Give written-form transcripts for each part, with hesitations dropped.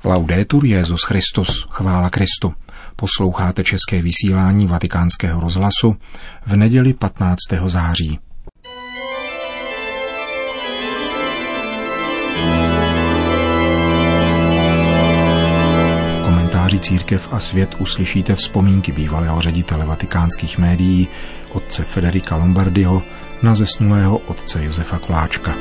Laudetur Jesus Christus, chvála Kristu. Posloucháte české vysílání Vatikánského rozhlasu v neděli 15. září. V komentáři Církev a svět uslyšíte vzpomínky bývalého ředitele vatikánských médií, otce Federica Lombardiho, na zesnulého otce Josefa Koláčka.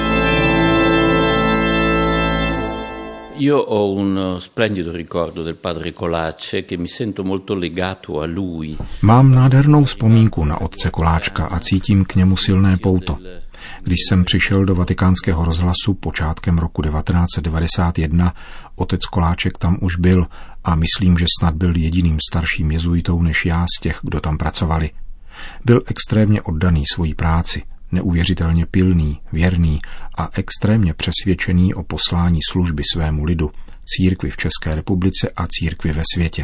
Io ho un splendido ricordo del padre Koláče, che mi sento molto legato a lui. Mám nádhernou vzpomínku na otce Koláčka a cítím k němu silné pouto. Když jsem přišel do Vatikánského rozhlasu počátkem roku 1991, otec Koláček tam už byl a myslím, že snad byl jediným starším jezuitou než já z těch, kdo tam pracovali. Byl extrémně oddaný svojí práci, neuvěřitelně pilný, věrný a extrémně přesvědčený o poslání služby svému lidu, církvi v České republice a církvi ve světě.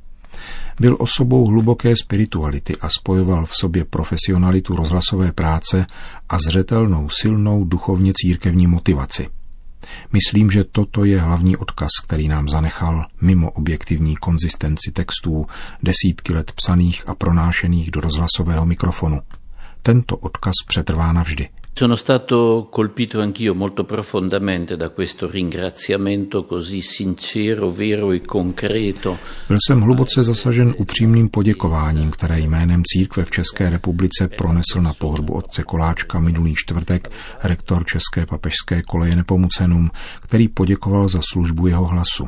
Byl osobou hluboké spirituality a spojoval v sobě profesionalitu rozhlasové práce a zřetelnou, silnou duchovně církevní motivaci. Myslím, že toto je hlavní odkaz, který nám zanechal mimo objektivní konzistenci textů, desítky let psaných a pronášených do rozhlasového mikrofonu. Tento odkaz přetrvá navždy. Sono stato colpito anch'io molto profondamente da questo ringraziamento così sincero, vero e concreto. Byl jsem hluboce zasažen upřímným poděkováním, které jménem církve v České republice pronesl na pohřbu otce Koláčka minulý čtvrtek rektor České papežské koleje Nepomucenům, který poděkoval za službu jeho hlasu.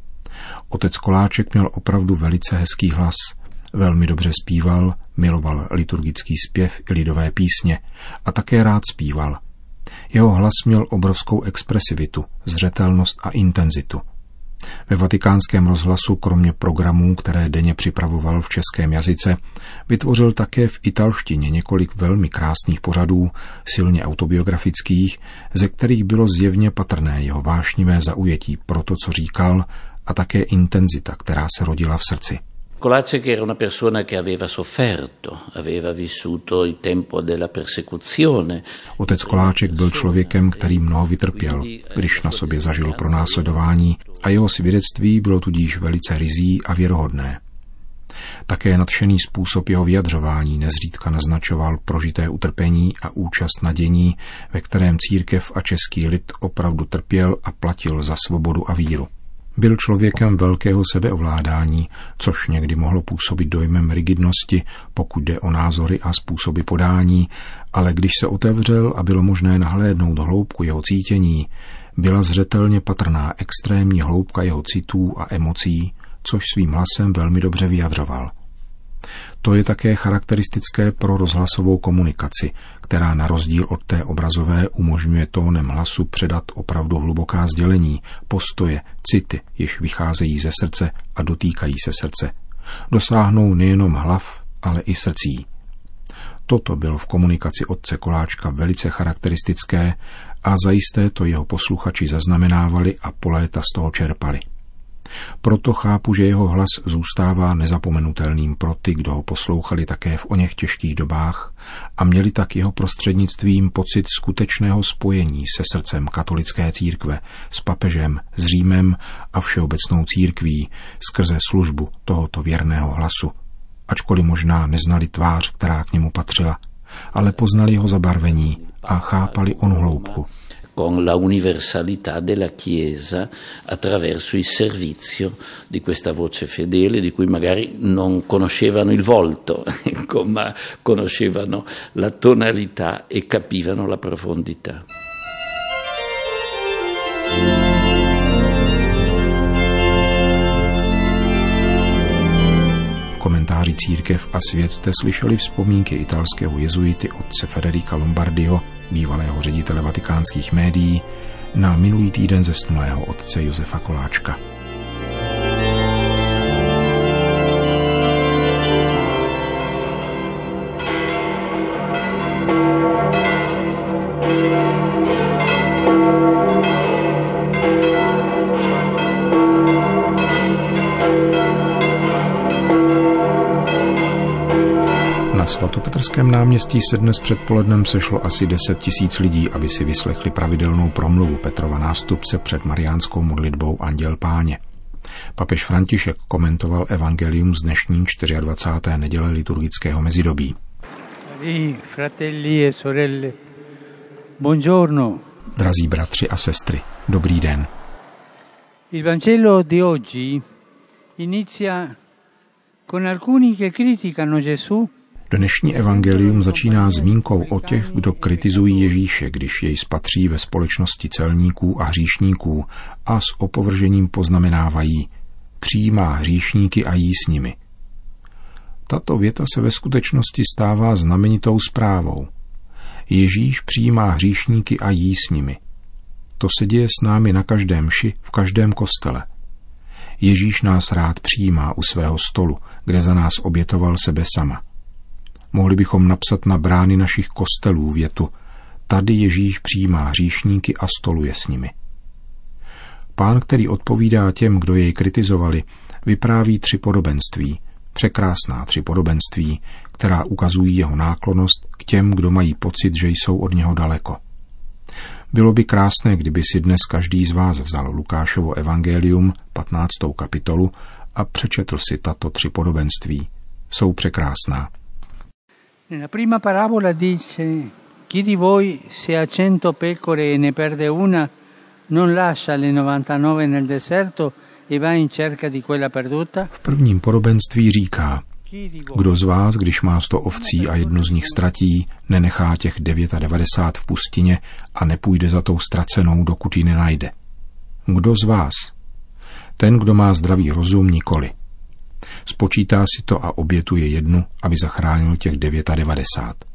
Otec Koláček měl opravdu velice hezký hlas. Velmi dobře zpíval, miloval liturgický zpěv i lidové písně a také rád zpíval. Jeho hlas měl obrovskou expresivitu, zřetelnost a intenzitu. Ve Vatikánském rozhlasu kromě programů, které denně připravoval v českém jazyce, vytvořil také v italštině několik velmi krásných pořadů, silně autobiografických, ze kterých bylo zjevně patrné jeho vášnivé zaujetí pro to, co říkal, a také intenzita, která se rodila v srdci. Koláček era una persona che aveva sofferto, aveva vissuto il tempo della persecuzione. Otec Koláček byl člověkem, který mnoho vytrpěl, když na sobě zažil pronásledování, a jeho svědectví bylo tudíž velice ryzí a věrohodné. Také nadšený způsob jeho vyjadřování nezřídka naznačoval prožité utrpení a účast na dění, ve kterém církev a český lid opravdu trpěl a platil za svobodu a víru. Byl člověkem velkého sebeovládání, což někdy mohlo působit dojmem rigidnosti, pokud jde o názory a způsoby podání, ale když se otevřel a bylo možné nahlédnout hloubku jeho cítění, byla zřetelně patrná extrémní hloubka jeho citů a emocí, což svým hlasem velmi dobře vyjadřoval. To je také charakteristické pro rozhlasovou komunikaci, která na rozdíl od té obrazové umožňuje tónem hlasu předat opravdu hluboká sdělení, postoje, city, jež vycházejí ze srdce a dotýkají se srdce. Dosáhnou nejenom hlav, ale i srdcí. Toto bylo v komunikaci otce Koláčka velice charakteristické a zajisté to jeho posluchači zaznamenávali a po léta z toho čerpali. Proto chápu, že jeho hlas zůstává nezapomenutelným pro ty, kdo ho poslouchali také v oněch těžkých dobách a měli tak jeho prostřednictvím pocit skutečného spojení se srdcem katolické církve, s papežem, s Římem a všeobecnou církví skrze službu tohoto věrného hlasu. Ačkoliv možná neznali tvář, která k němu patřila, ale poznali jeho zabarvení a chápali onu hloubku. Con la universalità della Chiesa attraverso il servizio di questa voce fedele di cui magari non conoscevano il volto, ma conoscevano la tonalità e capivano la profondità. V komentáři Církev a svět jste slyšeli vzpomínky italského jezuity otce Federica Lombardiho, bývalého ředitele vatikánských médií, na minulý týden zesnulého otce Josefa Koláčka. Na svatopetrském náměstí se dnes předpolednem sešlo asi 10 000 lidí, aby si vyslechli pravidelnou promluvu Petrova nástupce před mariánskou modlitbou Anděl Páně. Papež František komentoval evangelium z dnešní 24. neděle liturgického mezidobí. Fratelli e sorelle, buongiorno. Drazí bratři a sestry, dobrý den. Il Vangelo di oggi inizia con alcuni che criticano Gesù. Dnešní evangelium začíná zmínkou o těch, kdo kritizují Ježíše, když jej spatří ve společnosti celníků a hříšníků a s opovržením poznamenávají: přijímá hříšníky a jí s nimi. Tato věta se ve skutečnosti stává znamenitou zprávou. Ježíš přijímá hříšníky a jí s nimi. To se děje s námi na každém mši, v každém kostele. Ježíš nás rád přijímá u svého stolu, kde za nás obětoval sebe sama. Mohli bychom napsat na brány našich kostelů větu: tady Ježíš přijímá hříšníky a stoluje s nimi. Pán, který odpovídá těm, kdo jej kritizovali, vypráví 3 podobenství, překrásná 3 podobenství, která ukazují jeho náklonnost k těm, kdo mají pocit, že jsou od něho daleko. Bylo by krásné, kdyby si dnes každý z vás vzal Lukášovo evangelium, 15. kapitolu, a přečetl si tato 3 podobenství. Jsou překrásná. Nella prima parabola dice: chi di voi se ha 100 pecore e ne perde una, non lascia le 99 nel deserto e va in cerca di quella perduta? V prvním podobenství říká: kdo z vás, když má 100 ovcí a jednu z nich ztratí, nenechá těch 99 v pustině a nepůjde za tou ztracenou, dokud ji nenajde? Kdo z vás? Ten, kdo má zdravý rozum, nikoli. Spočítá si to a obětuje jednu, aby zachránil těch 99.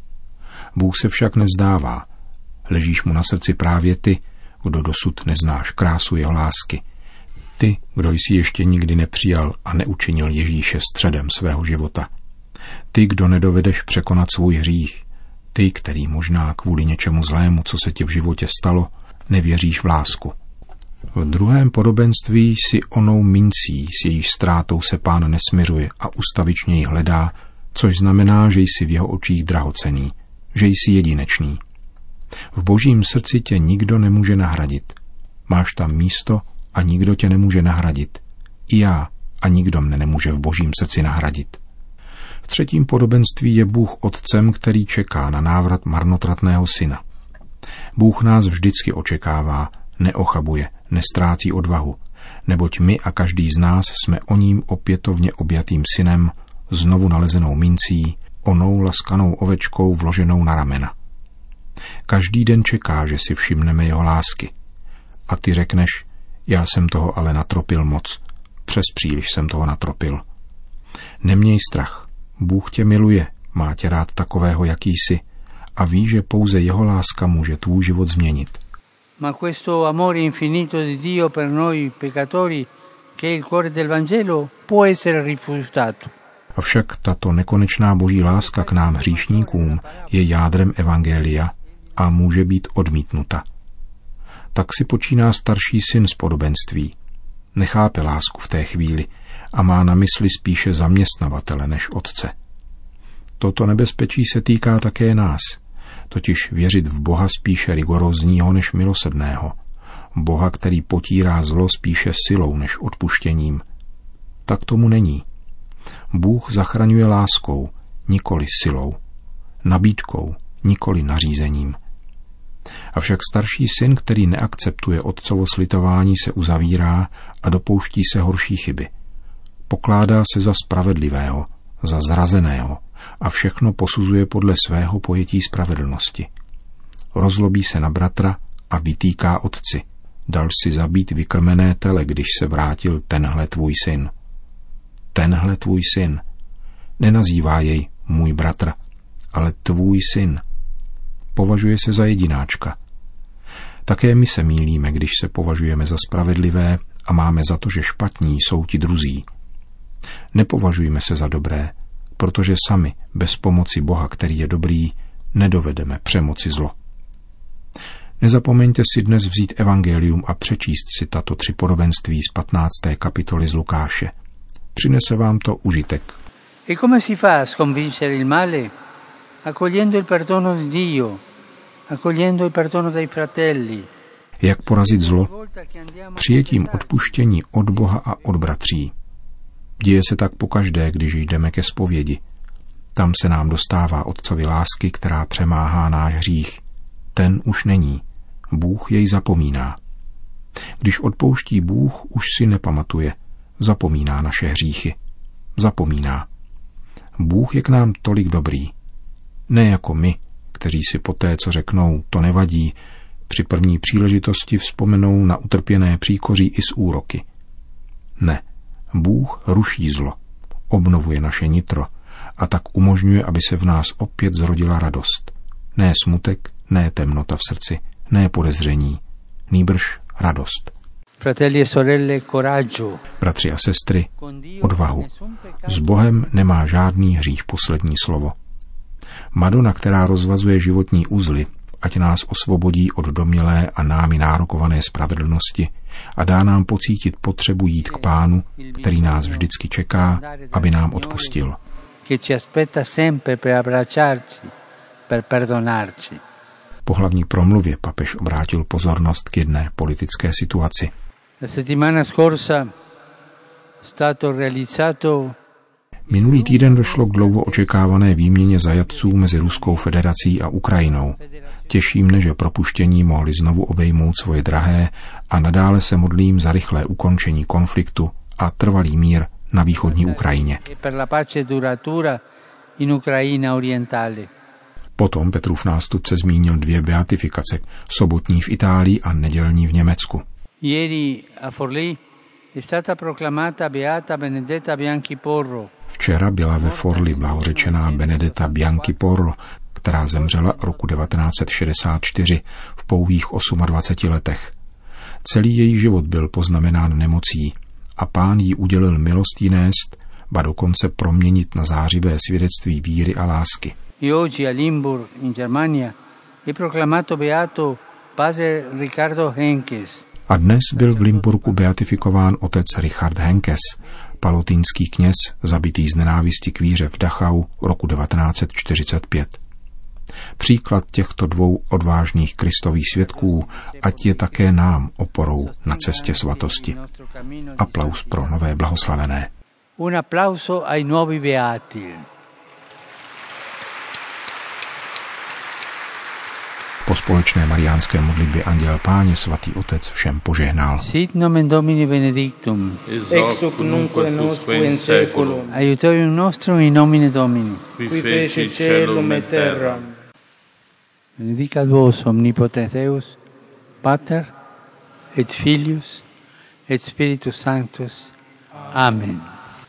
Bůh se však nevzdává. Ležíš mu na srdci právě ty, kdo dosud neznáš krásu jeho lásky. Ty, kdo jsi ještě nikdy nepřijal a neučinil Ježíše středem svého života. Ty, kdo nedovedeš překonat svůj hřích. Ty, který možná kvůli něčemu zlému, co se ti v životě stalo, nevěříš v lásku. V druhém podobenství si onou mincí, s jejíž ztrátou se Pán nesmiřuje a ustavičně ji hledá, což znamená, že jsi v jeho očích drahocenný, že jsi jedinečný. V Božím srdci tě nikdo nemůže nahradit. Máš tam místo a nikdo tě nemůže nahradit. I já a nikdo mne nemůže v Božím srdci nahradit. V třetím podobenství je Bůh otcem, který čeká na návrat marnotratného syna. Bůh nás vždycky očekává, neochabuje, nestrácí odvahu, neboť my a každý z nás jsme o ním opětovně objatým synem, znovu nalezenou mincí, onou laskanou ovečkou vloženou na ramena. Každý den čeká, že si všimneme jeho lásky. A ty řekneš: já jsem toho ale natropil moc, přes příliš jsem toho natropil. Neměj strach, Bůh tě miluje, má tě rád takového, jaký jsi, a ví, že pouze jeho láska může tvůj život změnit. Ma questo amore infinito di Dio per noi peccatori, che è il cuore del Vangelo, può essere rifiutato. Avšak tato nekonečná boží láska k nám hříšníkům je jádrem evangelia a může být odmítnuta. Tak si počíná starší syn z podobenství. Nechápe lásku v té chvíli a má na mysli spíše zaměstnavatele než otce. Toto nebezpečí se týká také nás, totiž věřit v Boha spíše rigorózního než milosrdného, Boha, který potírá zlo spíše silou než odpuštěním. Tak tomu není. Bůh zachraňuje láskou, nikoli silou, nabídkou, nikoli nařízením. Avšak starší syn, který neakceptuje otcovo slitování, se uzavírá a dopouští se horší chyby. Pokládá se za spravedlivého, za zrazeného a všechno posuzuje podle svého pojetí spravedlnosti. Rozlobí se na bratra a vytýká otci: dal si zabít vykrmené tele, když se vrátil tenhle tvůj syn. Tenhle tvůj syn. Nenazývá jej můj bratr, ale tvůj syn. Považuje se za jedináčka. Také my se mýlíme, když se považujeme za spravedlivé a máme za to, že špatní jsou ti druzí. Nepovažujme se za dobré, protože sami, bez pomoci Boha, který je dobrý, nedovedeme přemoci zlo. Nezapomeňte si dnes vzít evangelium a přečíst si tato 3 podobenství z 15. kapitoly z Lukáše. Přinese vám to užitek. E come si fa a sconfiggere il male? Accogliendo il perdono di Dio, accogliendo il perdono dei fratelli. Jak porazit zlo? Přijetím odpuštění od Boha a od bratří. Děje se tak pokaždé, když jdeme ke zpovědi. Tam se nám dostává Otcovy lásky, která přemáhá náš hřích. Ten už není. Bůh jej zapomíná. Když odpouští Bůh, už si nepamatuje. Zapomíná naše hříchy. Zapomíná. Bůh je k nám tolik dobrý. Ne jako my, kteří si poté, co řeknou, to nevadí, při první příležitosti vzpomenou na utrpěné příkoří i s úroky. Ne, Bůh ruší zlo, obnovuje naše nitro a tak umožňuje, aby se v nás opět zrodila radost. Ne smutek, ne temnota v srdci, ne podezření, nýbrž radost. Fratelli e sorelle, coraggio. Bratři a sestry, odvahu. S Bohem nemá žádný hřích poslední slovo. Madona, která rozvazuje životní uzly, ať nás osvobodí od domnělé a námi nárokované spravedlnosti a dá nám pocítit potřebu jít k Pánu, který nás vždycky čeká, aby nám odpustil. Po hlavní promluvě papež obrátil pozornost k jedné politické situaci. Minulý týden došlo k dlouho očekávané výměně zajatců mezi Ruskou federací a Ukrajinou. Těší mne, že propuštění mohli znovu obejmout svoje drahé a nadále se modlím za rychlé ukončení konfliktu a trvalý mír na východní Ukrajině. Potom Petrův nástupce zmínil 2 beatifikace, sobotní v Itálii a nedělní v Německu. Včera byla ve Forli blahořečená Benedetta Bianchi Porro, která zemřela roku 1964 v pouhých 28 letech. Celý její život byl poznamenán nemocí a Pán jí udělil milost jí nést, ba dokonce proměnit na zářivé svědectví víry a lásky. Oggi a Limburg in Germania è proclamato beato padre Riccardo Henkes. A dnes byl v Limburgu beatifikován otec Richard Henkes, palotínský kněz zabitý z nenávisti k víře v Dachau roku 1945. Příklad těchto 2 odvážných Kristových svědků, ať je také nám oporou na cestě svatosti. Aplaus pro nové blahoslavené. Un applauso ai nuovi beati. Po společné mariánské modlitbě Anděl Páně svatý otec všem požehnal. Sit nomen Domini benedictum. Ex hoc nunc et usque in seculum. Aiutorium nostrum in nomine Domini. Qui feci caelum et terram. Benedicat vos omnipotens Deus, Pater et Filius et Spiritus Sanctus. Amen.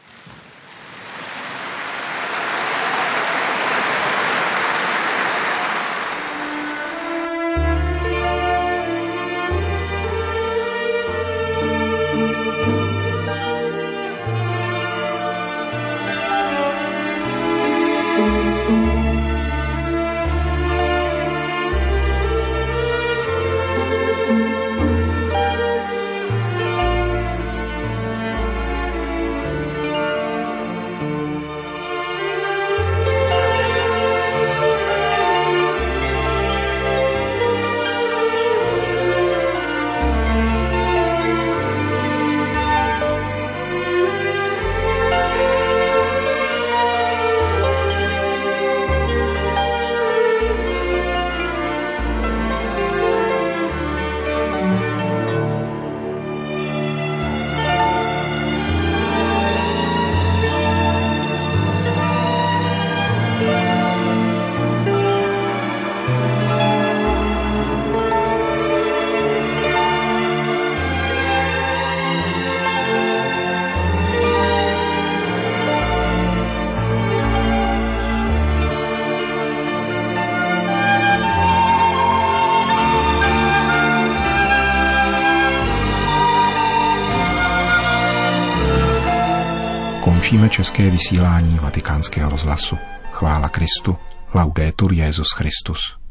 Končíme české vysílání Vatikánského rozhlasu. Chvála Kristu, laudetur Jesus Christus.